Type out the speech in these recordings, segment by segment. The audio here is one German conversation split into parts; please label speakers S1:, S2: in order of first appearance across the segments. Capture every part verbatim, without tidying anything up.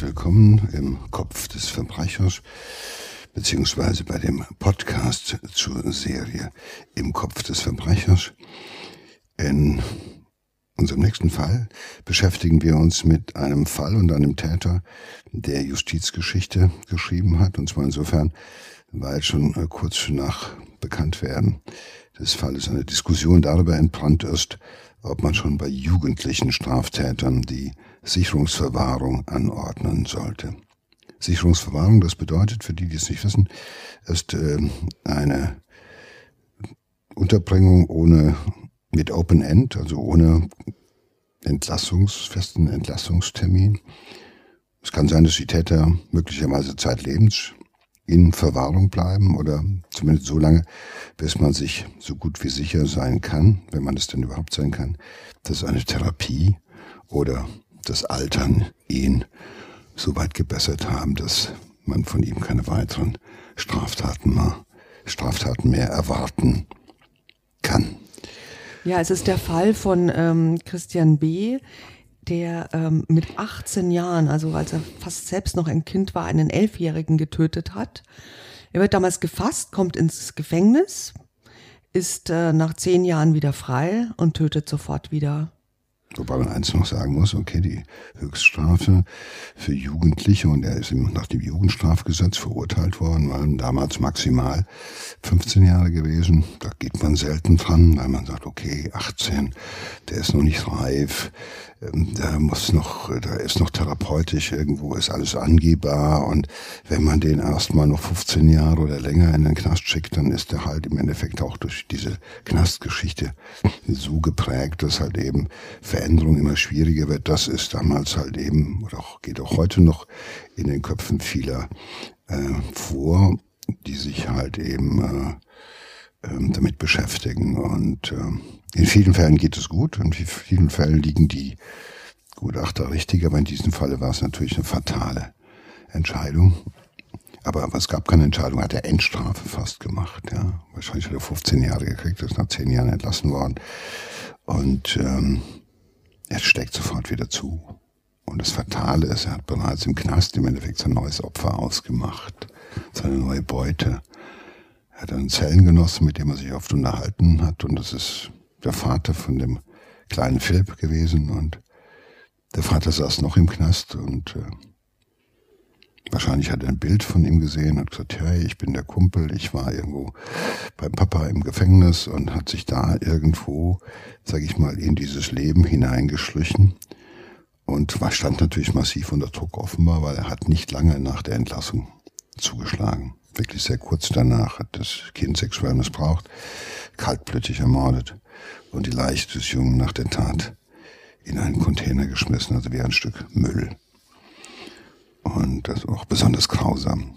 S1: willkommen im Kopf des Verbrechers, beziehungsweise bei dem Podcast zur Serie Im Kopf des Verbrechers. In unserem nächsten Fall beschäftigen wir uns mit einem Fall und einem Täter, der Justizgeschichte geschrieben hat, und zwar insofern, weil schon kurz nach Bekanntwerden des Falles eine Diskussion darüber entbrannt ist, ob man schon bei jugendlichen Straftätern die Sicherungsverwahrung anordnen sollte. Sicherungsverwahrung, das bedeutet, für die, die es nicht wissen, ist äh, eine Unterbringung ohne, mit Open End, also ohne Entlassungs, festen Entlassungstermin. Es kann sein, dass die Täter möglicherweise zeitlebens in Verwahrung bleiben oder zumindest so lange, bis man sich so gut wie sicher sein kann, wenn man es denn überhaupt sein kann, dass eine Therapie oder das Altern ihn so weit gebessert haben, dass man von ihm keine weiteren Straftaten mehr, Straftaten mehr erwarten kann.
S2: Ja, es ist der Fall von ähm, Christian B., der ähm, mit achtzehn Jahren, also als er fast selbst noch ein Kind war, einen Elfjährigen getötet hat. Er wird damals gefasst, kommt ins Gefängnis, ist äh, nach zehn Jahren wieder frei und tötet sofort wieder.
S1: Wobei man eins noch sagen muss, okay, die Höchststrafe für Jugendliche, und er ist nach dem Jugendstrafgesetz verurteilt worden, waren damals maximal fünfzehn Jahre gewesen. Da geht man selten dran, weil man sagt, okay, achtzehn, der ist noch nicht reif, da muss noch, da ist noch therapeutisch irgendwo, ist alles angehbar, und wenn man den erstmal noch fünfzehn Jahre oder länger in den Knast schickt, dann ist er halt im Endeffekt auch durch diese Knastgeschichte so geprägt, dass halt eben Veränderung immer schwieriger wird. Das ist damals halt eben, oder auch, geht auch heute noch in den Köpfen vieler äh, vor, die sich halt eben äh, äh, damit beschäftigen. Und äh, in vielen Fällen geht es gut, in vielen Fällen liegen die Gutachter richtig, aber in diesem Falle war es natürlich eine fatale Entscheidung. Aber, aber es gab keine Entscheidung, hat er Endstrafe fast gemacht. Ja, wahrscheinlich hat er fünfzehn Jahre gekriegt, ist nach zehn Jahren entlassen worden. Und ähm, er steckt sofort wieder zu. Und das Fatale ist, er hat bereits im Knast im Endeffekt sein neues Opfer ausgemacht, seine neue Beute. Er hat einen Zellengenossen, mit dem er sich oft unterhalten hat, und das ist der Vater von dem kleinen Philipp gewesen, und der Vater saß noch im Knast, und äh, wahrscheinlich hat er ein Bild von ihm gesehen, hat gesagt, hey, ich bin der Kumpel, ich war irgendwo beim Papa im Gefängnis, und hat sich da irgendwo, sag ich mal, in dieses Leben hineingeschlichen und war, stand natürlich massiv unter Druck offenbar, weil er hat nicht lange nach der Entlassung zugeschlagen. Wirklich sehr kurz danach hat das Kind sexuell missbraucht, kaltblütig ermordet und die Leiche des Jungen nach der Tat in einen Container geschmissen, also wie ein Stück Müll. Und das ist auch besonders grausam.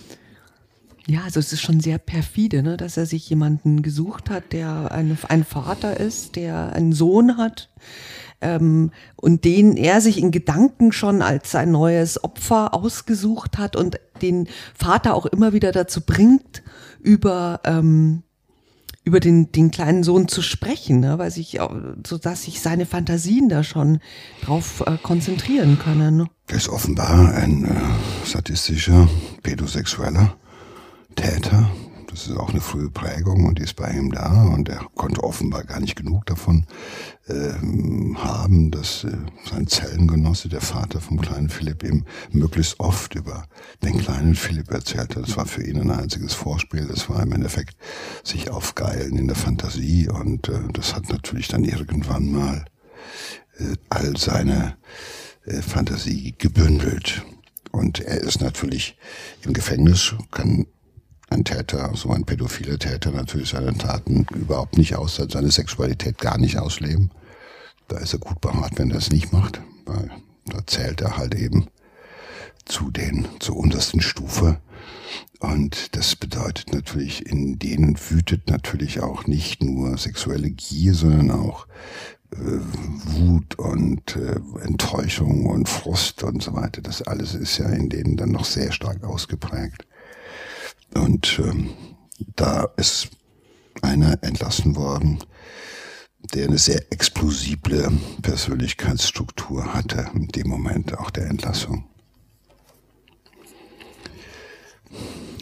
S2: Ja, also es ist schon sehr perfide, ne, dass er sich jemanden gesucht hat, der eine, ein Vater ist, der einen Sohn hat, ähm, und den er sich in Gedanken schon als sein neues Opfer ausgesucht hat und den Vater auch immer wieder dazu bringt, über ähm, über den den kleinen Sohn zu sprechen, ne, weil sich, so dass sich seine Fantasien da schon drauf äh, konzentrieren können. Ne?
S1: Er ist offenbar ein äh, sadistischer, pädosexueller Täter. Das ist auch eine frühe Prägung, und die ist bei ihm da, und er konnte offenbar gar nicht genug davon äh, haben, dass äh, sein Zellengenosse, der Vater vom kleinen Philipp, ihm möglichst oft über den kleinen Philipp erzählt hat. Das war für ihn ein einziges Vorspiel, das war im Endeffekt sich aufgeilen in der Fantasie, und äh, das hat natürlich dann irgendwann mal äh, all seine äh, Fantasie gebündelt. Und er ist natürlich im Gefängnis, kann ein Täter, so ein pädophiler Täter, natürlich seine Taten überhaupt nicht aus, seine Sexualität gar nicht ausleben. Da ist er gut beraten, wenn er es nicht macht, weil da zählt er halt eben zu den, zur untersten Stufe. Und das bedeutet natürlich, in denen wütet natürlich auch nicht nur sexuelle Gier, sondern auch äh, Wut und äh, Enttäuschung und Frust und so weiter. Das alles ist ja in denen dann noch sehr stark ausgeprägt. Und ähm, da ist einer entlassen worden, der eine sehr explosible Persönlichkeitsstruktur hatte, in dem Moment auch der Entlassung.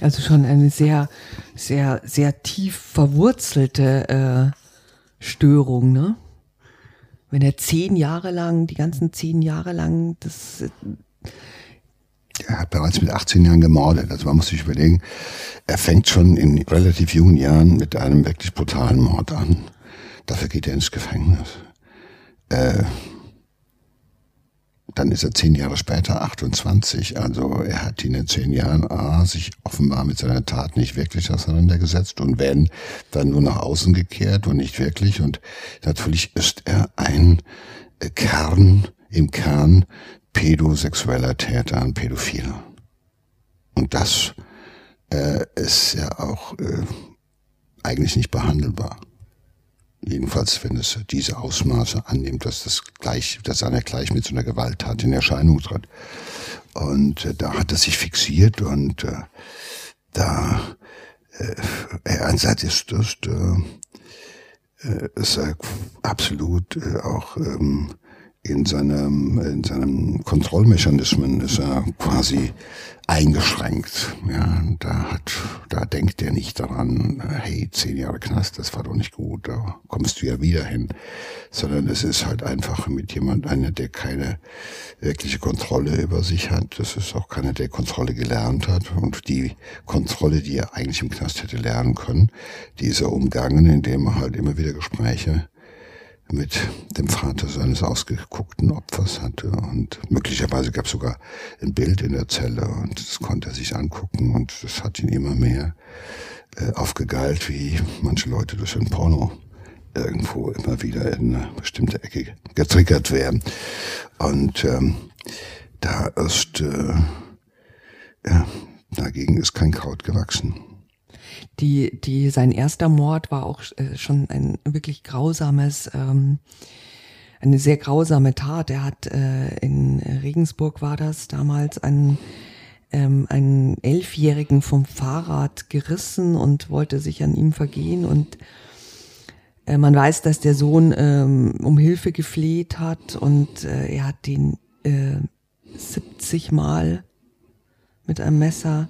S2: Also schon eine sehr, sehr, sehr tief verwurzelte äh, Störung, ne? Wenn er zehn Jahre lang, die ganzen zehn Jahre lang, das...
S1: Er hat bereits mit achtzehn Jahren gemordet. Also man muss sich überlegen, er fängt schon in relativ jungen Jahren mit einem wirklich brutalen Mord an. Dafür geht er ins Gefängnis. Äh, dann ist er zehn Jahre später achtundzwanzig. Also er hat in den zehn Jahren A, sich offenbar mit seiner Tat nicht wirklich auseinandergesetzt und wenn, dann nur nach außen gekehrt und nicht wirklich. Und natürlich ist er ein Kern, im Kern pädosexueller Täter, ein Pädophiler. Und das äh, ist ja auch äh, eigentlich nicht behandelbar. Jedenfalls, wenn es diese Ausmaße annimmt, dass das gleich, dass einer gleich mit so einer Gewalttat in Erscheinung tritt. Und äh, da hat er sich fixiert und äh, da äh, er ein Sadist ist, äh, ist er absolut äh, auch ähm, in seinem, in seinem Kontrollmechanismen ist er quasi eingeschränkt. Ja, da hat, da denkt er nicht daran, hey, zehn Jahre Knast, das war doch nicht gut, da kommst du ja wieder hin. Sondern es ist halt einfach mit jemand, einer, der keine wirkliche Kontrolle über sich hat. Das ist auch keiner, der Kontrolle gelernt hat. Und die Kontrolle, die er eigentlich im Knast hätte lernen können, die ist er umgangen, indem er halt immer wieder Gespräche mit dem Vater seines ausgeguckten Opfers hatte und möglicherweise gab es sogar ein Bild in der Zelle und das konnte er sich angucken und das hat ihn immer mehr äh, aufgegeilt, wie manche Leute durch ein Porno irgendwo immer wieder in eine bestimmte Ecke getriggert werden. Und ähm, da ist, äh, ja, dagegen ist kein Kraut gewachsen.
S2: Die, die, sein erster Mord war auch äh, schon ein wirklich grausames, ähm, eine sehr grausame Tat. Er hat äh, in Regensburg war das damals einen, ähm, einen Elfjährigen vom Fahrrad gerissen und wollte sich an ihm vergehen und äh, man weiß, dass der Sohn ähm, um Hilfe gefleht hat und äh, er hat den äh, siebzig Mal mit einem Messer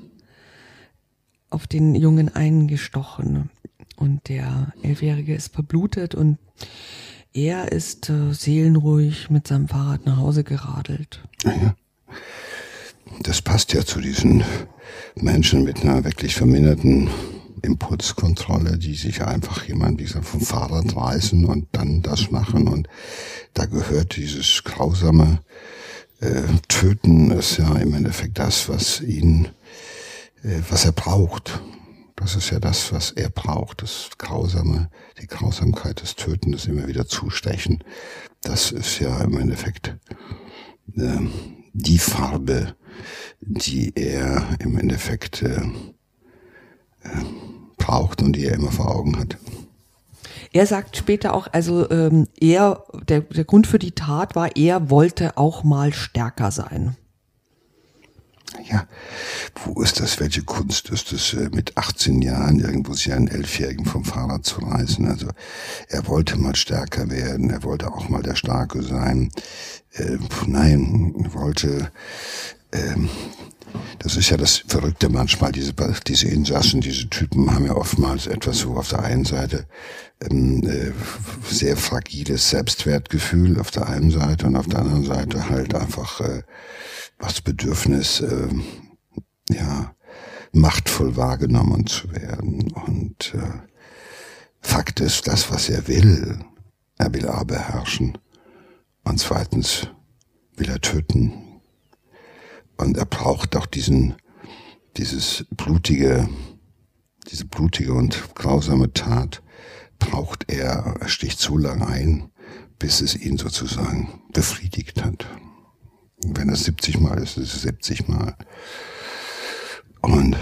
S2: auf den Jungen eingestochen und der Elfjährige ist verblutet und er ist äh, seelenruhig mit seinem Fahrrad nach Hause geradelt.
S1: Ja, das passt ja zu diesen Menschen mit einer wirklich verminderten Impulskontrolle, die sich einfach jemand, wie gesagt, vom Fahrrad reißen und dann das machen und da gehört dieses grausame äh, Töten ist ja im Endeffekt das, was ihn was er braucht. Das ist ja das, was er braucht. Das Grausame, die Grausamkeit, das Töten, das immer wieder Zustechen. Das ist ja im Endeffekt äh, die Farbe, die er im Endeffekt äh, äh, braucht und die er immer vor Augen hat.
S2: Er sagt später auch, also ähm, er, der, der Grund für die Tat war, er wollte auch mal stärker sein.
S1: Ja, wo ist das, welche Kunst ist es, mit achtzehn Jahren irgendwo sich einen Elfjährigen vom Fahrrad zu reißen? Also er wollte mal stärker werden, er wollte auch mal der Starke sein. Äh, nein, er wollte, äh, das ist ja das Verrückte manchmal, diese, diese Insassen, diese Typen haben ja oftmals etwas so auf der einen Seite ähm, äh, sehr fragiles Selbstwertgefühl auf der einen Seite und auf der anderen Seite halt einfach äh, das Bedürfnis, äh, ja, machtvoll wahrgenommen zu werden. Und äh, Fakt ist, das, was er will, er will A beherrschen und zweitens will er töten. Und er braucht auch diesen, dieses blutige, diese blutige und grausame Tat braucht er, er sticht so lange ein, bis es ihn sozusagen befriedigt hat. Wenn es siebzig Mal ist, ist es siebzig Mal. Und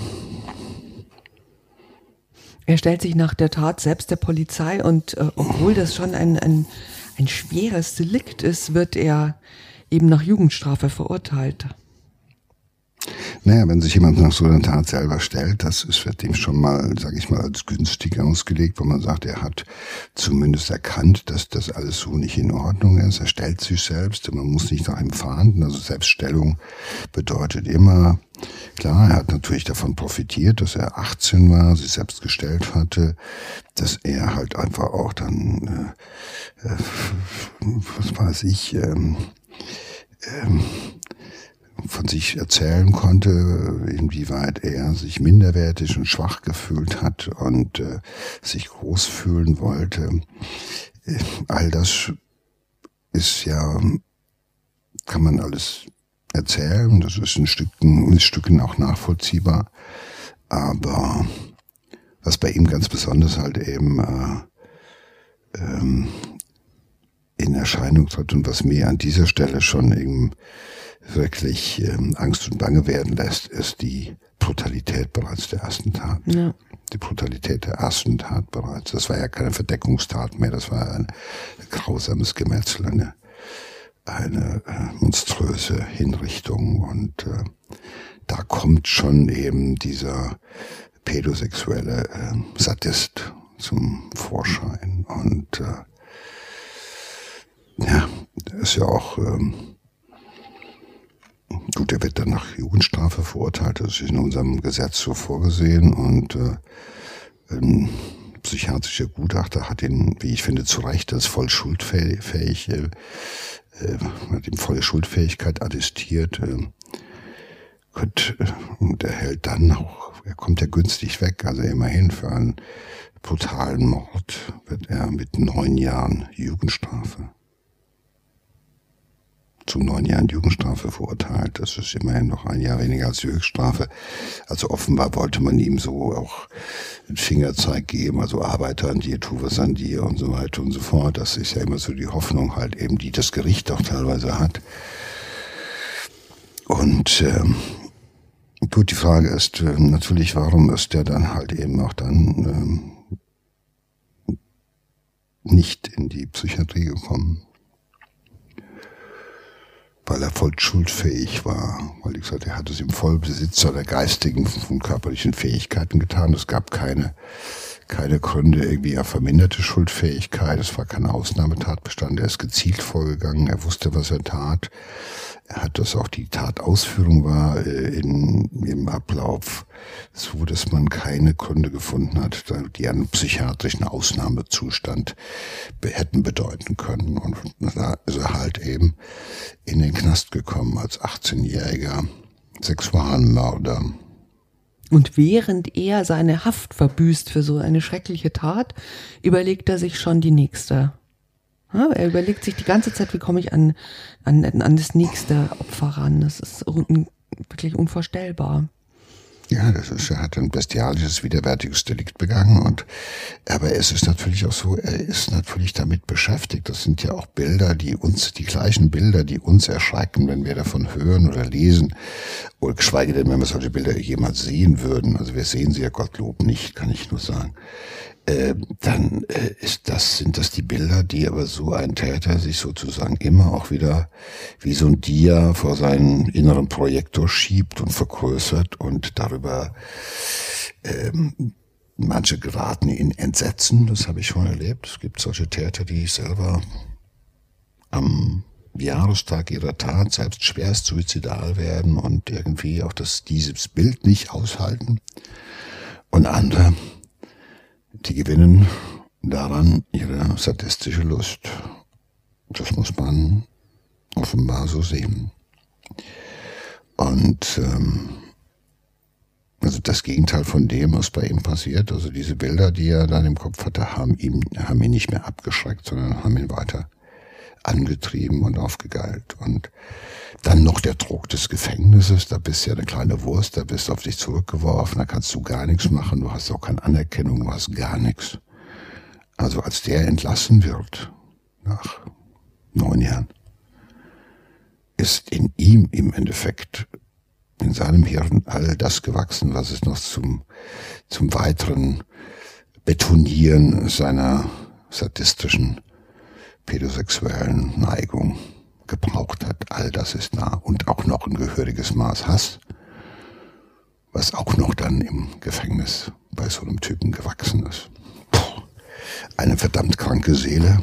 S2: er stellt sich nach der Tat selbst der Polizei und äh, obwohl das schon ein, ein, ein schweres Delikt ist, wird er eben nach Jugendstrafe verurteilt.
S1: Naja, wenn sich jemand nach so einer Tat selber stellt, das ist, wird dem schon mal, sage ich mal, als günstig ausgelegt, wo man sagt, er hat zumindest erkannt, dass das alles so nicht in Ordnung ist. Er stellt sich selbst, man muss nicht nach ihm fahnden. Also Selbststellung bedeutet immer, klar, er hat natürlich davon profitiert, dass er achtzehn war, sich selbst gestellt hatte, dass er halt einfach auch dann, äh, äh, was weiß ich, ähm, ähm, von sich erzählen konnte, inwieweit er sich minderwertig und schwach gefühlt hat und äh, sich groß fühlen wollte. Äh, all das ist ja, kann man alles erzählen, das ist in Stücken, in Stücken auch nachvollziehbar, aber was bei ihm ganz besonders halt eben äh, ähm, in Erscheinung tritt und was mir an dieser Stelle schon eben wirklich ähm, Angst und Bange werden lässt, ist die Brutalität bereits der ersten Tat. Ja. Die Brutalität der ersten Tat bereits. Das war ja keine Verdeckungstat mehr, das war ein grausames Gemetzel, eine, eine äh, monströse Hinrichtung. Und äh, da kommt schon eben dieser pädosexuelle äh, Sadist zum Vorschein. Und äh, ja, der ist ja auch... Ähm, Gut, er wird dann nach Jugendstrafe verurteilt, das ist in unserem Gesetz so vorgesehen und äh, ein psychiatrischer Gutachter hat ihn, wie ich finde, zu Recht als voll schuldfähig, äh, äh, hat ihm volle Schuldfähigkeit attestiert äh, und, und er hält dann auch, er kommt ja günstig weg, also immerhin für einen brutalen Mord wird er mit neun Jahren Jugendstrafe zu neun Jahren Jugendstrafe verurteilt. Das ist immerhin noch ein Jahr weniger als die Höchststrafe. Also offenbar wollte man ihm so auch einen Fingerzeig geben, also Arbeiter an dir, tu was an dir und so weiter und so fort. Das ist ja immer so die Hoffnung halt eben, die das Gericht auch teilweise hat. Und ähm, gut, die Frage ist äh, natürlich, warum ist der dann halt eben auch dann ähm, nicht in die Psychiatrie gekommen? Weil er voll schuldfähig war, weil ich gesagt, er hat es im Vollbesitz seiner geistigen und körperlichen Fähigkeiten getan. Es gab keine, keine Gründe, irgendwie auf verminderte Schuldfähigkeit. Es war kein Ausnahmetatbestand. Er ist gezielt vorgegangen. Er wusste, was er tat. Er hat das auch, die Tatausführung war in, im Ablauf so, dass man keine Gründe gefunden hat, die einen psychiatrischen Ausnahmezustand hätten bedeuten können. Und da ist er halt eben in den Knast gekommen als achtzehnjähriger Sexualmörder.
S2: Und während er seine Haft verbüßt für so eine schreckliche Tat, überlegt er sich schon die nächste. Ja, er überlegt sich die ganze Zeit, wie komme ich an, an, an das nächste Opfer ran. Das ist un, wirklich unvorstellbar.
S1: Ja, das ist, er hat ein bestialisches, widerwärtiges Delikt begangen und, aber es ist natürlich auch so, er ist natürlich damit beschäftigt. Das sind ja auch Bilder, die uns, die gleichen Bilder, die uns erschrecken, wenn wir davon hören oder lesen. Oder geschweige denn, wenn wir solche Bilder jemals sehen würden. Also wir sehen sie ja Gottlob nicht, kann ich nur sagen. Äh, dann äh, ist das, sind das die Bilder, die aber so ein Täter sich sozusagen immer auch wieder wie so ein Dia vor seinen inneren Projektor schiebt und vergrößert und darüber ähm, manche geraten in Entsetzen, das habe ich schon erlebt. Es gibt solche Täter, die selber am Jahrestag ihrer Tat selbst schwerst suizidal werden und irgendwie auch das, dieses Bild nicht aushalten. Und andere, die gewinnen daran ihre sadistische Lust. Das muss man offenbar so sehen. Und ähm, also das Gegenteil von dem, was bei ihm passiert, also diese Bilder, die er dann im Kopf hatte, haben ihn, haben ihn nicht mehr abgeschreckt, sondern haben ihn weiter angetrieben und aufgegeilt. Und dann noch der Druck des Gefängnisses, da bist du ja eine kleine Wurst, da bist du auf dich zurückgeworfen, da kannst du gar nichts machen, du hast auch keine Anerkennung, du hast gar nichts. Also als der entlassen wird, nach neun Jahren, ist in ihm im Endeffekt, in seinem Hirn all das gewachsen, was es noch zum, zum weiteren Betonieren seiner sadistischen pädosexuellen Neigung gebraucht hat. All das ist da und auch noch ein gehöriges Maß Hass was auch noch dann im Gefängnis bei so einem Typen gewachsen ist. Puh, eine verdammt kranke Seele.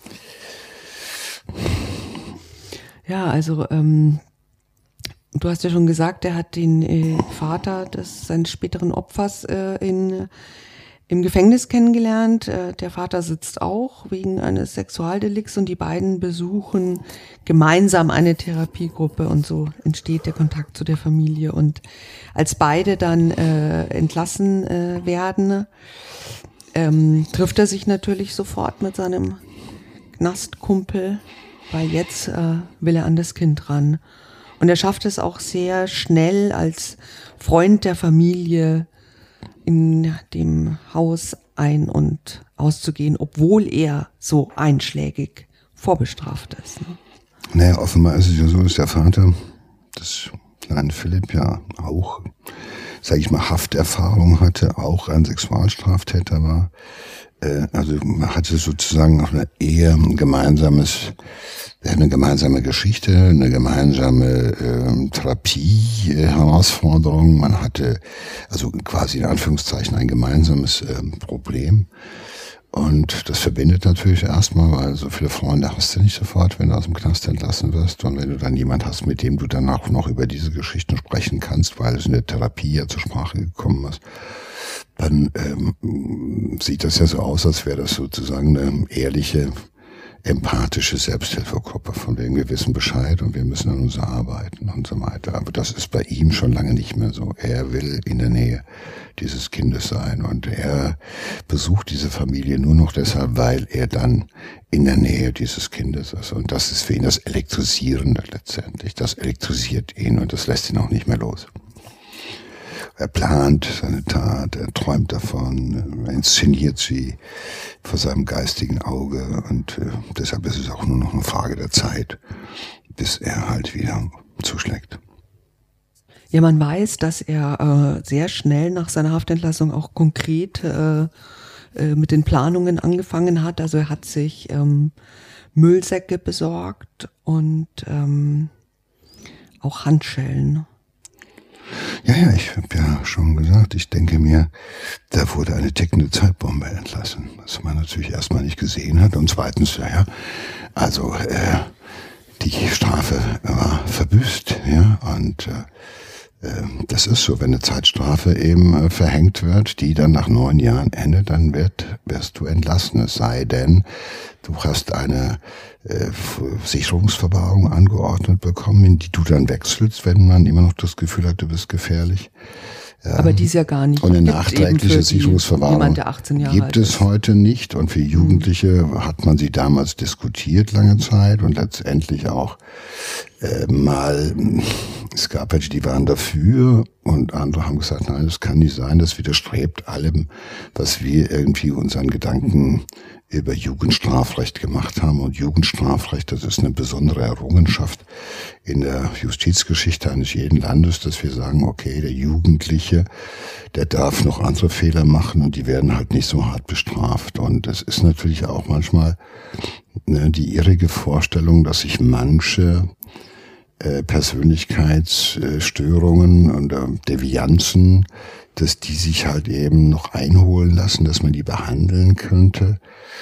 S2: Ja, also ähm, du hast ja schon gesagt, er hat den äh, Vater des seines späteren Opfers äh, in im Gefängnis kennengelernt. Äh, der Vater sitzt auch wegen eines Sexualdelikts und die beiden besuchen gemeinsam eine Therapiegruppe und so entsteht der Kontakt zu der Familie. Und als beide dann äh, entlassen äh, werden, ähm, trifft er sich natürlich sofort mit seinem Knastkumpel, weil jetzt äh, will er an das Kind ran. Und er schafft es auch sehr schnell als Freund der Familie in dem Haus ein- und auszugehen, obwohl er so einschlägig vorbestraft ist. Ne?
S1: Naja, offenbar ist es ja so, dass der Vater des kleinen Philipp ja auch, sag ich mal, Hafterfahrung hatte, auch ein Sexualstraftäter war. Also man hatte sozusagen auch eine eher ein gemeinsames, eine gemeinsame Geschichte, eine gemeinsame äh, Therapie-Herausforderung. Man hatte also quasi in Anführungszeichen ein gemeinsames äh, Problem. Und das verbindet natürlich erstmal, weil so viele Freunde hast du nicht sofort, wenn du aus dem Knast entlassen wirst. Und wenn du dann jemand hast, mit dem du dann auch noch über diese Geschichten sprechen kannst, weil es in der Therapie ja zur Sprache gekommen ist, dann ähm, sieht das ja so aus, als wäre das sozusagen eine ehrliche, empathische Selbsthilfegruppe, von wegen wir wissen Bescheid und wir müssen an uns arbeiten und so weiter. Aber das ist bei ihm schon lange nicht mehr so. Er will in der Nähe dieses Kindes sein und er besucht diese Familie nur noch deshalb, weil er dann in der Nähe dieses Kindes ist. Und das ist für ihn das Elektrisierende letztendlich. Das elektrisiert ihn und das lässt ihn auch nicht mehr los. Er plant seine Tat, er träumt davon, er inszeniert sie vor seinem geistigen Auge und äh, deshalb ist es auch nur noch eine Frage der Zeit, bis er halt wieder zuschlägt.
S2: Ja, man weiß, dass er äh, sehr schnell nach seiner Haftentlassung auch konkret äh, äh, mit den Planungen angefangen hat. Also er hat sich ähm, Müllsäcke besorgt und ähm, auch Handschellen.
S1: Ja, ja, ich habe ja schon gesagt, ich denke mir, da wurde eine tickende Zeitbombe entlassen, was man natürlich erstmal nicht gesehen hat. Und zweitens, ja, ja, also äh, die Strafe war verbüßt, ja, und äh, das ist so, wenn eine Zeitstrafe eben äh, verhängt wird, die dann nach neun Jahren endet, dann wird, wirst du entlassen. Es sei denn, du hast eine äh, Sicherungsverwahrung angeordnet bekommen, in die du dann wechselst, wenn man immer noch das Gefühl hat, du bist gefährlich.
S2: Ja. Aber die ist ja gar nicht.
S1: Und eine nachträgliche Sicherungsverwahrung gibt es heute nicht. Und für Jugendliche mhm. hat man sie damals diskutiert lange Zeit und letztendlich auch äh, mal, es gab welche, die waren dafür und andere haben gesagt, nein, das kann nicht sein, das widerstrebt allem, was wir irgendwie unseren Gedanken über Jugendstrafrecht gemacht haben. Und Jugendstrafrecht, das ist eine besondere Errungenschaft in der Justizgeschichte eines jeden Landes, dass wir sagen, okay, der Jugendliche, der darf noch andere Fehler machen und die werden halt nicht so hart bestraft. Und es ist natürlich auch manchmal ne, die irrige Vorstellung, dass sich manche äh, Persönlichkeitsstörungen und äh, Devianzen, dass die sich halt eben noch einholen lassen, dass man die behandeln könnte.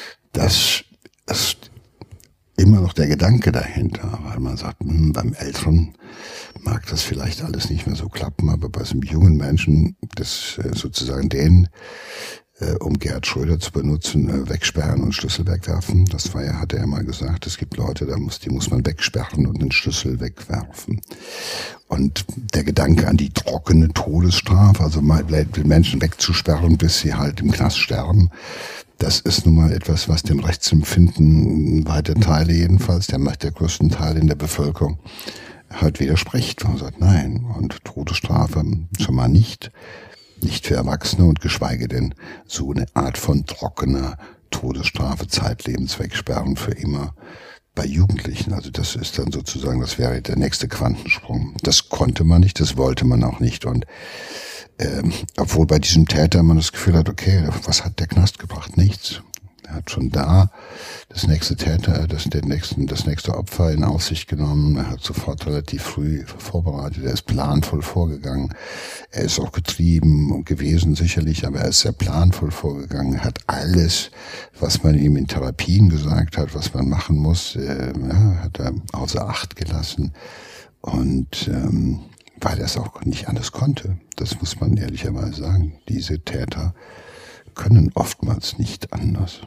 S1: Das ist immer noch der Gedanke dahinter, weil man sagt, mh, beim Älteren mag das vielleicht alles nicht mehr so klappen, aber bei so einem jungen Menschen, das äh, sozusagen den, äh, um Gerhard Schröder zu benutzen, äh, wegsperren und Schlüssel wegwerfen. Das war ja, hat er ja mal gesagt, es gibt Leute, da muss, die muss man wegsperren und den Schlüssel wegwerfen. Und der Gedanke an die trockene Todesstrafe, also mal Menschen wegzusperren, bis sie halt im Knast sterben, das ist nun mal etwas, was dem Rechtsempfinden weite Teile jedenfalls, der macht der größten Teil in der Bevölkerung, halt widerspricht. Man sagt, nein, und Todesstrafe schon mal nicht, nicht für Erwachsene und geschweige denn so eine Art von trockener Todesstrafe, zeitlebens wegsperren für immer bei Jugendlichen. Also das ist dann sozusagen, das wäre der nächste Quantensprung. Das konnte man nicht, das wollte man auch nicht und Ähm, obwohl bei diesem Täter man das Gefühl hat, okay, was hat der Knast gebracht? Nichts. Er hat schon da das nächste Täter, das, den nächsten, das nächste Opfer in Aussicht genommen. Er hat sofort relativ früh vorbereitet. Er ist planvoll vorgegangen. Er ist auch getrieben gewesen, sicherlich, aber er ist sehr planvoll vorgegangen. Er hat alles, was man ihm in Therapien gesagt hat, was man machen muss, äh, ja, hat er außer Acht gelassen. Und ähm, weil er es auch nicht anders konnte. Das muss man ehrlicherweise sagen. Diese Täter können oftmals nicht anders.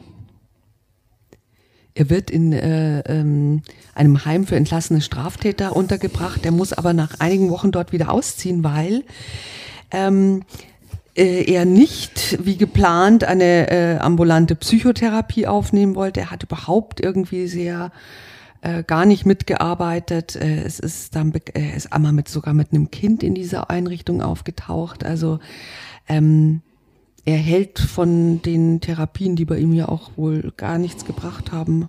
S2: Er wird in äh, ähm, einem Heim für entlassene Straftäter untergebracht. Er muss aber nach einigen Wochen dort wieder ausziehen, weil ähm, äh, er nicht, wie geplant, eine äh, ambulante Psychotherapie aufnehmen wollte. Er hat überhaupt irgendwie sehr äh, gar nicht mitgearbeitet. Äh, es ist dann, er ist einmal mit sogar mit einem Kind in dieser Einrichtung aufgetaucht. Also ähm, er hält von den Therapien, die bei ihm ja auch wohl gar nichts gebracht haben.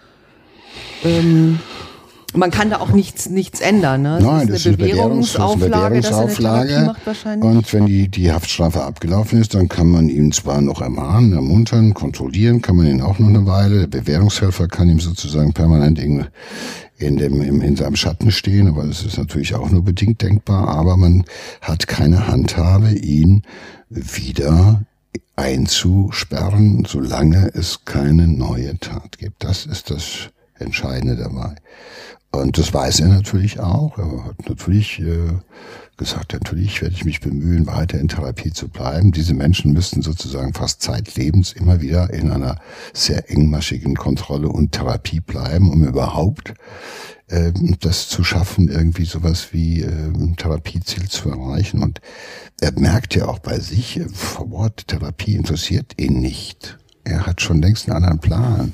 S2: Ähm, man kann da auch nichts nichts ändern. Ne?
S1: Nein, das ist eine Bewährungsauflage, das ist eine Bewährungsauflage. Und wenn die, die Haftstrafe abgelaufen ist, dann kann man ihn zwar noch ermahnen, ermuntern, kontrollieren, kann man ihn auch noch eine Weile. Der Bewährungshelfer kann ihm sozusagen permanent in, in, dem, in, in seinem Schatten stehen, aber das ist natürlich auch nur bedingt denkbar. Aber man hat keine Handhabe, ihn wieder einzusperren, solange es keine neue Tat gibt. Das ist das Entscheidende dabei. Und das weiß er natürlich auch. Er hat natürlich äh, gesagt, natürlich werde ich mich bemühen, weiter in Therapie zu bleiben. Diese Menschen müssten sozusagen fast zeitlebens immer wieder in einer sehr engmaschigen Kontrolle und Therapie bleiben, um überhaupt äh, das zu schaffen, irgendwie sowas wie äh, ein Therapieziel zu erreichen. Und er merkt ja auch bei sich, äh, Wort Therapie interessiert ihn nicht. Er hat schon längst einen anderen Plan.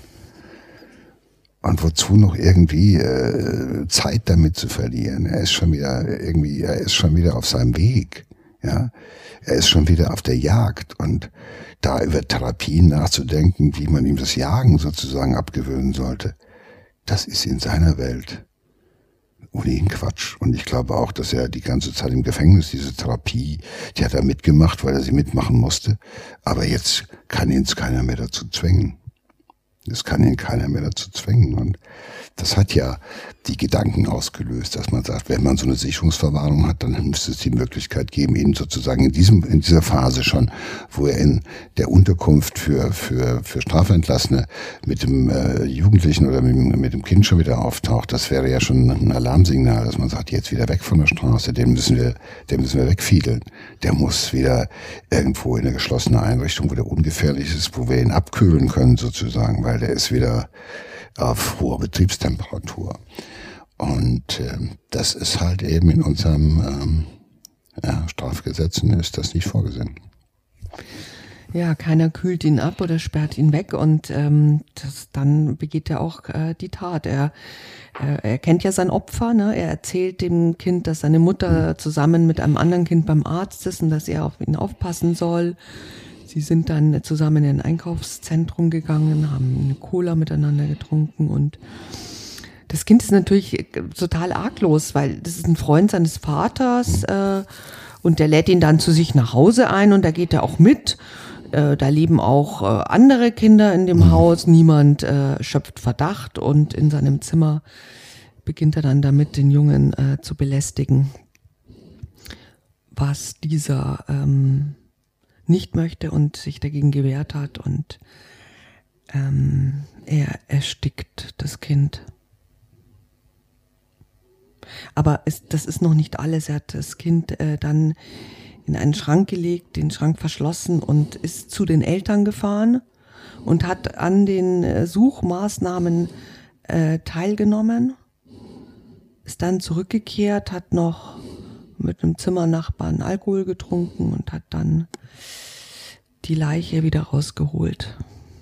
S1: Und wozu noch irgendwie äh, Zeit damit zu verlieren? Er ist schon wieder irgendwie, er ist schon wieder auf seinem Weg. Ja, er ist schon wieder auf der Jagd. Und da über Therapien nachzudenken, wie man ihm das Jagen sozusagen abgewöhnen sollte, das ist in seiner Welt ohnehin Quatsch. Und ich glaube auch, dass er die ganze Zeit im Gefängnis diese Therapie, die hat er mitgemacht, weil er sie mitmachen musste. Aber jetzt kann ihn keiner mehr dazu zwingen. Es kann ihn keiner mehr dazu zwingen. Und das hat ja die Gedanken ausgelöst, dass man sagt, wenn man so eine Sicherungsverwahrung hat, dann müsste es die Möglichkeit geben, ihn sozusagen in diesem, in dieser Phase schon, wo er in der Unterkunft für, für, für Strafentlassene mit dem äh, Jugendlichen oder mit, mit dem Kind schon wieder auftaucht. Das wäre ja schon ein Alarmsignal, dass man sagt, jetzt wieder weg von der Straße, den müssen wir, den müssen wir wegfiedeln. Der muss wieder irgendwo in eine geschlossene Einrichtung, wo der ungefährlich ist, wo wir ihn abkühlen können sozusagen, weil der ist wieder auf hoher Betriebstemperatur. Und äh, das ist halt eben in unserem ähm, ja, Strafgesetzen ist das nicht vorgesehen.
S2: Ja, keiner kühlt ihn ab oder sperrt ihn weg und ähm, das, dann begeht er auch äh, die Tat. Er, äh, er kennt ja sein Opfer, ne? Er erzählt dem Kind, dass seine Mutter zusammen mit einem anderen Kind beim Arzt ist und dass er auf ihn aufpassen soll. Sie sind dann zusammen in ein Einkaufszentrum gegangen, haben eine Cola miteinander getrunken und das Kind ist natürlich total arglos, weil das ist ein Freund seines Vaters äh, und der lädt ihn dann zu sich nach Hause ein und da geht er auch mit. Äh, da leben auch äh, andere Kinder in dem Haus, niemand äh, schöpft Verdacht und in seinem Zimmer beginnt er dann damit, den Jungen äh, zu belästigen, was dieser ähm, nicht möchte und sich dagegen gewehrt hat und ähm, er erstickt das Kind. Aber es, das ist noch nicht alles. Er hat das Kind äh, dann in einen Schrank gelegt, den Schrank verschlossen und ist zu den Eltern gefahren und hat an den äh, Suchmaßnahmen äh, teilgenommen, ist dann zurückgekehrt, hat noch mit einem Zimmernachbarn Alkohol getrunken und hat dann die Leiche wieder rausgeholt.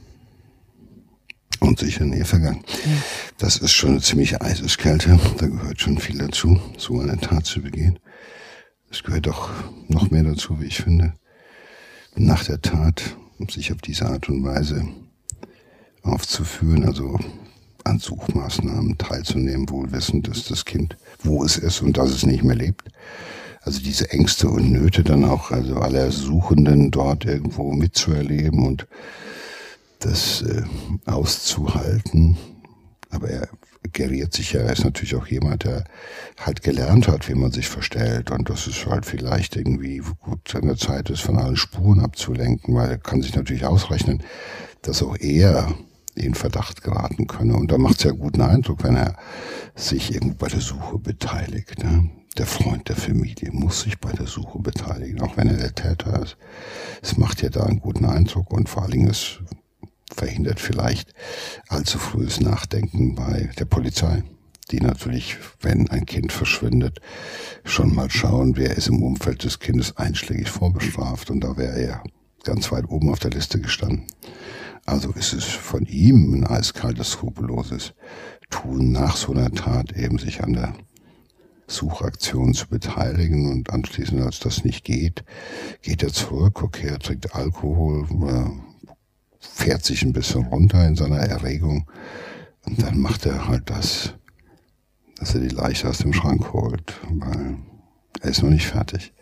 S1: Und sicher in ihr vergangen. Ja. Das ist schon eine ziemliche Eiseskälte. Da gehört schon viel dazu, so eine Tat zu begehen. Es gehört doch noch mehr dazu, wie ich finde, nach der Tat sich auf diese Art und Weise aufzuführen, also an Suchmaßnahmen teilzunehmen, wohl wissend, dass das Kind, wo es ist und dass es nicht mehr lebt. Also diese Ängste und Nöte dann auch, also aller Suchenden dort irgendwo mitzuerleben und das äh, auszuhalten. Aber er geriert sich ja, er ist natürlich auch jemand, der halt gelernt hat, wie man sich verstellt. Und das ist halt vielleicht irgendwie gut an der Zeit ist, von allen Spuren abzulenken, weil er kann sich natürlich ausrechnen, dass auch er in Verdacht geraten könne. Und da macht es ja guten Eindruck, wenn er sich irgendwo bei der Suche beteiligt. Ne? Der Freund der Familie muss sich bei der Suche beteiligen, auch wenn er der Täter ist. Es macht ja da einen guten Eindruck und vor allen Dingen es verhindert vielleicht allzu frühes Nachdenken bei der Polizei, die natürlich, wenn ein Kind verschwindet, schon mal schauen, wer ist im Umfeld des Kindes einschlägig vorbestraft. Und da wäre er ganz weit oben auf der Liste gestanden. Also ist es von ihm ein eiskaltes, skrupelloses Tun, nach so einer Tat eben sich an der Suchaktion zu beteiligen und anschließend, als das nicht geht, geht er zurück, okay, er trinkt Alkohol, fährt sich ein bisschen runter in seiner Erregung und dann macht er halt das, dass er die Leiche aus dem Schrank holt, weil er ist noch nicht fertig.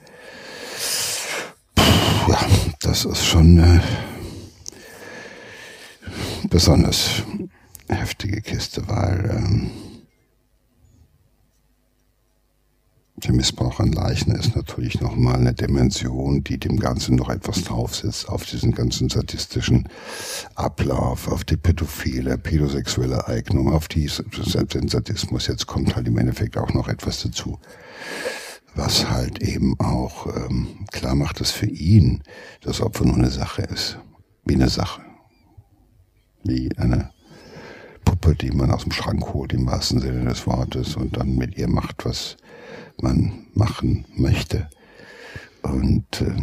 S1: Puh, ja, das ist schon eine besonders heftige Kiste, weil ähm, der Missbrauch an Leichen ist natürlich nochmal eine Dimension, die dem Ganzen noch etwas draufsetzt, auf diesen ganzen sadistischen Ablauf, auf die pädophile, pädosexuelle Eignung, auf die, den Sadismus. Jetzt kommt halt im Endeffekt auch noch etwas dazu, was halt eben auch ähm, klar macht, dass für ihn das Opfer nur eine Sache ist, wie eine Sache, wie eine Puppe, die man aus dem Schrank holt, im wahrsten Sinne des Wortes, und dann mit ihr macht, was man machen möchte. Und äh,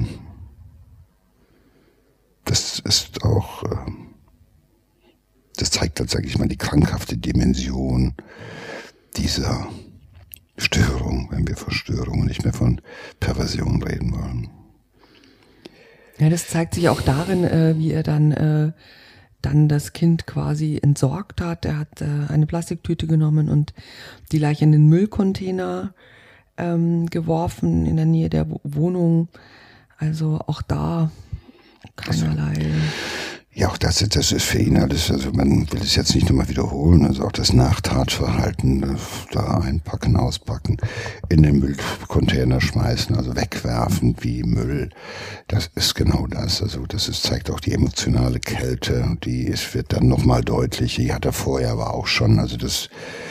S1: das ist auch, äh, das zeigt halt, sage ich mal, die krankhafte Dimension dieser Störung, wenn wir von Störung und nicht mehr von Perversion reden wollen.
S2: Ja, das zeigt sich auch darin, äh, wie er dann äh, dann das Kind quasi entsorgt hat. Er hat äh, eine Plastiktüte genommen und die Leiche in den Müllcontainer ähm, geworfen in der Nähe der Wohnung. Also auch da keinerlei. Also,
S1: ja, auch das, das ist für ihn alles, also man will es jetzt nicht nochmal wiederholen, also auch das Nachtatverhalten, da einpacken, auspacken, in den Müllcontainer schmeißen, also wegwerfen wie Müll, das ist genau das, also das ist, zeigt auch die emotionale Kälte, die ist, wird dann nochmal deutlich, die hat er vorher aber auch schon, also das,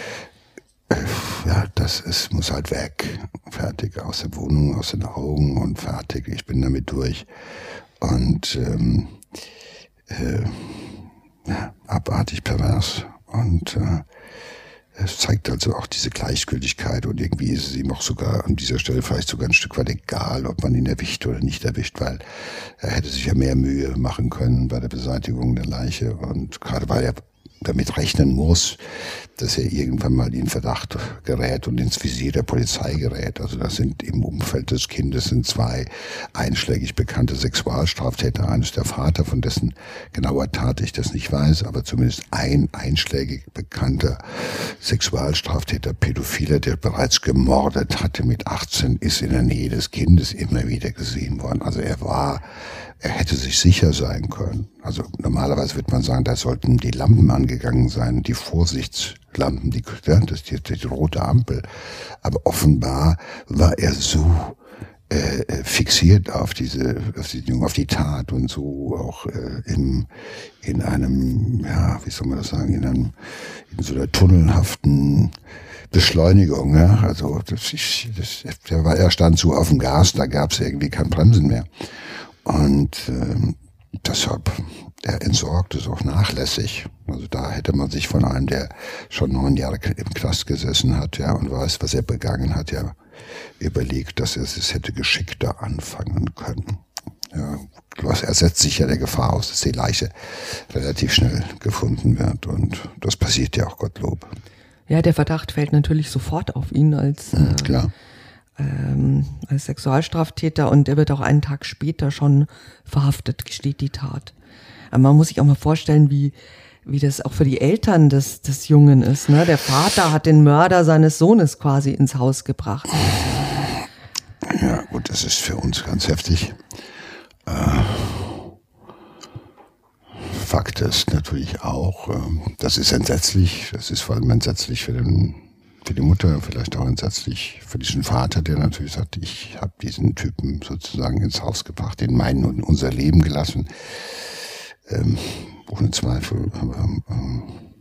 S1: ja, das ist, muss halt weg, fertig, aus der Wohnung, aus den Augen und fertig, ich bin damit durch. Und ähm, äh, ja, abartig pervers. Und äh, es zeigt also auch diese Gleichgültigkeit, und irgendwie ist es ihm auch sogar an dieser Stelle vielleicht sogar ein Stück weit egal, ob man ihn erwischt oder nicht erwischt, weil er hätte sich ja mehr Mühe machen können bei der Beseitigung der Leiche, und gerade weil er damit rechnen muss, dass er irgendwann mal in Verdacht gerät und ins Visier der Polizei gerät. Also das sind im Umfeld des Kindes sind zwei einschlägig bekannte Sexualstraftäter. Eines der Vater, von dessen genauer Tat ich das nicht weiß, aber zumindest ein einschlägig bekannter Sexualstraftäter, Pädophiler, der bereits gemordet hatte mit achtzehn, ist in der Nähe des Kindes immer wieder gesehen worden. Also er war Er hätte sich sicher sein können. Also normalerweise wird man sagen, da sollten die Lampen angegangen sein, die Vorsichtslampen, die, ja, das, die, die rote Ampel. Aber offenbar war er so äh, fixiert auf diese, auf die, auf die Tat und so auch äh, im, in einem, ja, wie soll man das sagen, in einem, in so einer tunnelhaften Beschleunigung. Ja, also das, ich, das, der war, er stand so auf dem Gas, da gab es irgendwie kein Bremsen mehr. Und ähm, deshalb, er entsorgt es auch nachlässig. Also da hätte man sich von einem, der schon neun Jahre im Knast gesessen hat, ja, und weiß, was er begangen hat, ja, überlegt, dass er es hätte geschickter anfangen können. Ja, er setzt sich ja der Gefahr aus, dass die Leiche relativ schnell gefunden wird, und das passiert ja auch, Gottlob.
S2: Ja, der Verdacht fällt natürlich sofort auf ihn als äh,
S1: klar.
S2: Ähm, als Sexualstraftäter, und er wird auch einen Tag später schon verhaftet, gesteht die Tat. Aber man muss sich auch mal vorstellen, wie wie das auch für die Eltern des des Jungen ist. Ne? Der Vater hat den Mörder seines Sohnes quasi ins Haus gebracht.
S1: Ja, gut, das ist für uns ganz heftig. Äh, Fakt das natürlich auch. Das ist entsetzlich. Das ist vor allem entsetzlich für den, für die Mutter, vielleicht auch entsetzlich für diesen Vater, der natürlich sagt, ich habe diesen Typen sozusagen ins Haus gebracht, in mein und unser Leben gelassen. Ähm, ohne Zweifel. Aber ähm,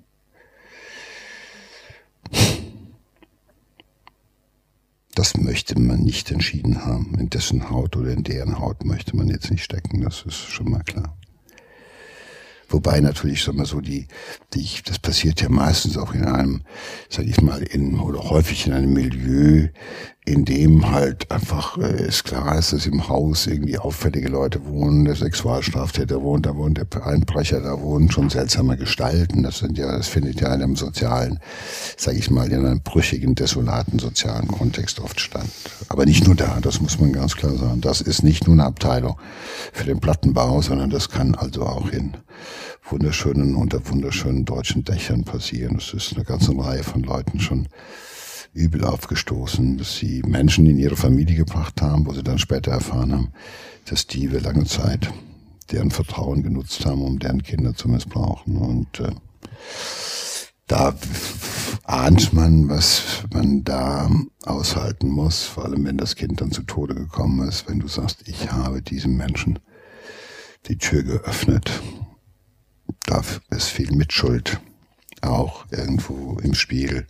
S1: das möchte man nicht entschieden haben. In dessen Haut oder in deren Haut möchte man jetzt nicht stecken. Das ist schon mal klar. Wobei natürlich, sag mal so, die, die, das passiert ja meistens auch in einem, sag ich mal, in, oder häufig in einem Milieu, in dem halt einfach äh, ist klar ist, dass im Haus irgendwie auffällige Leute wohnen, der Sexualstraftäter wohnt, da wohnt der Einbrecher, da wohnen schon seltsame Gestalten. Das sind ja, das findet ja in einem sozialen, sag ich mal, in einem brüchigen, desolaten sozialen Kontext oft statt. Aber nicht nur da, das muss man ganz klar sagen. Das ist nicht nur eine Abteilung für den Plattenbau, sondern das kann also auch in wunderschönen, unter wunderschönen deutschen Dächern passieren. Es ist eine ganze Reihe von Leuten schon übel aufgestoßen, dass sie Menschen in ihre Familie gebracht haben, wo sie dann später erfahren haben, dass die über lange Zeit deren Vertrauen genutzt haben, um deren Kinder zu missbrauchen. Und äh, da ahnt man, was man da aushalten muss, vor allem wenn das Kind dann zu Tode gekommen ist, wenn du sagst, ich habe diesem Menschen die Tür geöffnet. Da ist viel Mitschuld auch irgendwo im Spiel.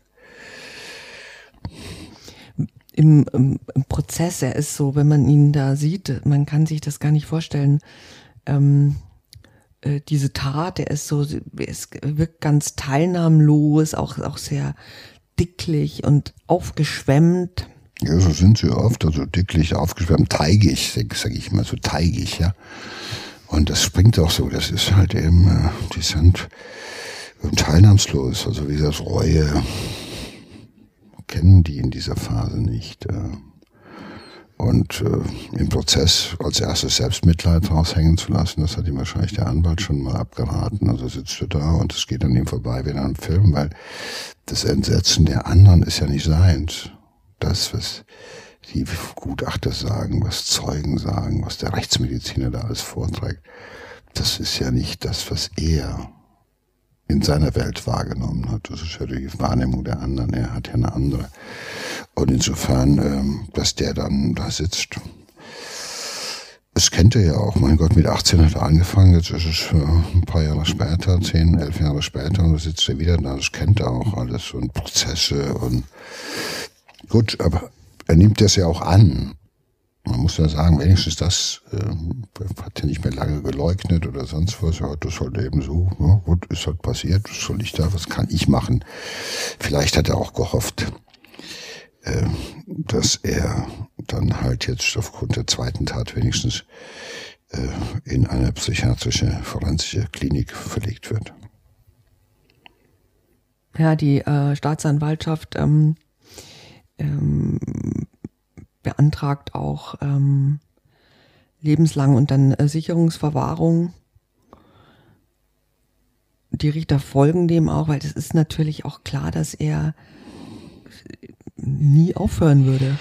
S2: Im, im, im Prozess, er ist so, wenn man ihn da sieht, man kann sich das gar nicht vorstellen, ähm, äh, diese Tat, er ist so, er ist, wirkt ganz teilnahmlos, auch, auch sehr dicklich und aufgeschwemmt.
S1: Ja, so sind sie oft, also dicklich, aufgeschwemmt, teigig, sag ich mal, so teigig, ja. Und das springt auch so, das ist halt eben, äh, die sind teilnahmslos, also wie gesagt, Reue kennen die in dieser Phase nicht. Und äh, im Prozess als erstes Selbstmitleid raushängen zu lassen, das hat ihm wahrscheinlich der Anwalt schon mal abgeraten. Also sitzt er da und es geht an ihm vorbei wie in einem Film, weil das Entsetzen der anderen ist ja nicht seins. Das, was die Gutachter sagen, was Zeugen sagen, was der Rechtsmediziner da alles vorträgt, das ist ja nicht das, was er in seiner Welt wahrgenommen hat. Das ist ja die Wahrnehmung der anderen. Er hat ja eine andere. Und insofern, ähm, dass der dann da sitzt, das kennt er ja auch. Mein Gott, mit achtzehn hat er angefangen, jetzt ist es äh, ein paar Jahre später, zehn, elf Jahre später, und da sitzt er wieder da. Das kennt er auch alles und Prozesse und gut, aber er nimmt das ja auch an. Man muss ja sagen, wenigstens das äh, hat er nicht mehr lange geleugnet oder sonst was. Er hat das halt eben so, ja, gut, ist halt passiert, was soll ich da, was kann ich machen? Vielleicht hat er auch gehofft, äh, dass er dann halt jetzt aufgrund der zweiten Tat wenigstens äh, in eine psychiatrische, forensische Klinik verlegt wird.
S2: Ja, die äh, Staatsanwaltschaft ähm, ähm, beantragt auch ähm, lebenslang und dann äh, Sicherungsverwahrung. Die Richter folgen dem auch, weil es ist natürlich auch klar, dass er nie aufhören würde.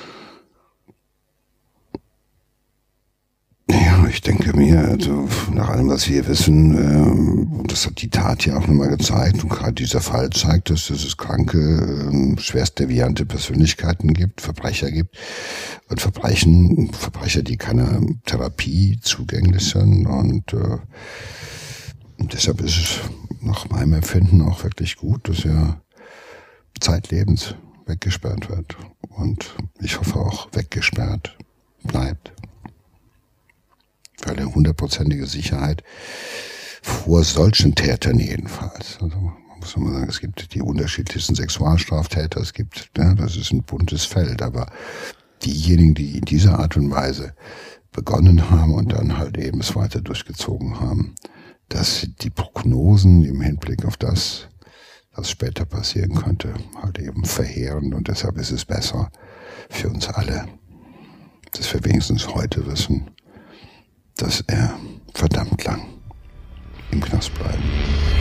S1: Ja, ich denke mir, also nach allem, was wir wissen, äh, und das hat die Tat ja auch nochmal gezeigt, und gerade dieser Fall zeigt, dass es kranke, äh, schwerst deviante Persönlichkeiten gibt, Verbrecher gibt und Verbrechen, Verbrecher, die keiner Therapie zugänglich sind, und, äh, und deshalb ist es nach meinem Empfinden auch wirklich gut, dass er zeitlebens weggesperrt wird und ich hoffe auch weggesperrt bleibt. Für eine hundertprozentige Sicherheit vor solchen Tätern jedenfalls. Also man muss mal sagen, es gibt die unterschiedlichsten Sexualstraftäter, es gibt, ja, das ist ein buntes Feld, aber diejenigen, die in dieser Art und Weise begonnen haben und dann halt eben es weiter durchgezogen haben, dass die Prognosen im Hinblick auf das, was später passieren könnte, halt eben verheerend, und deshalb ist es besser für uns alle, dass wir wenigstens heute wissen, dass er verdammt lang im Knast bleiben.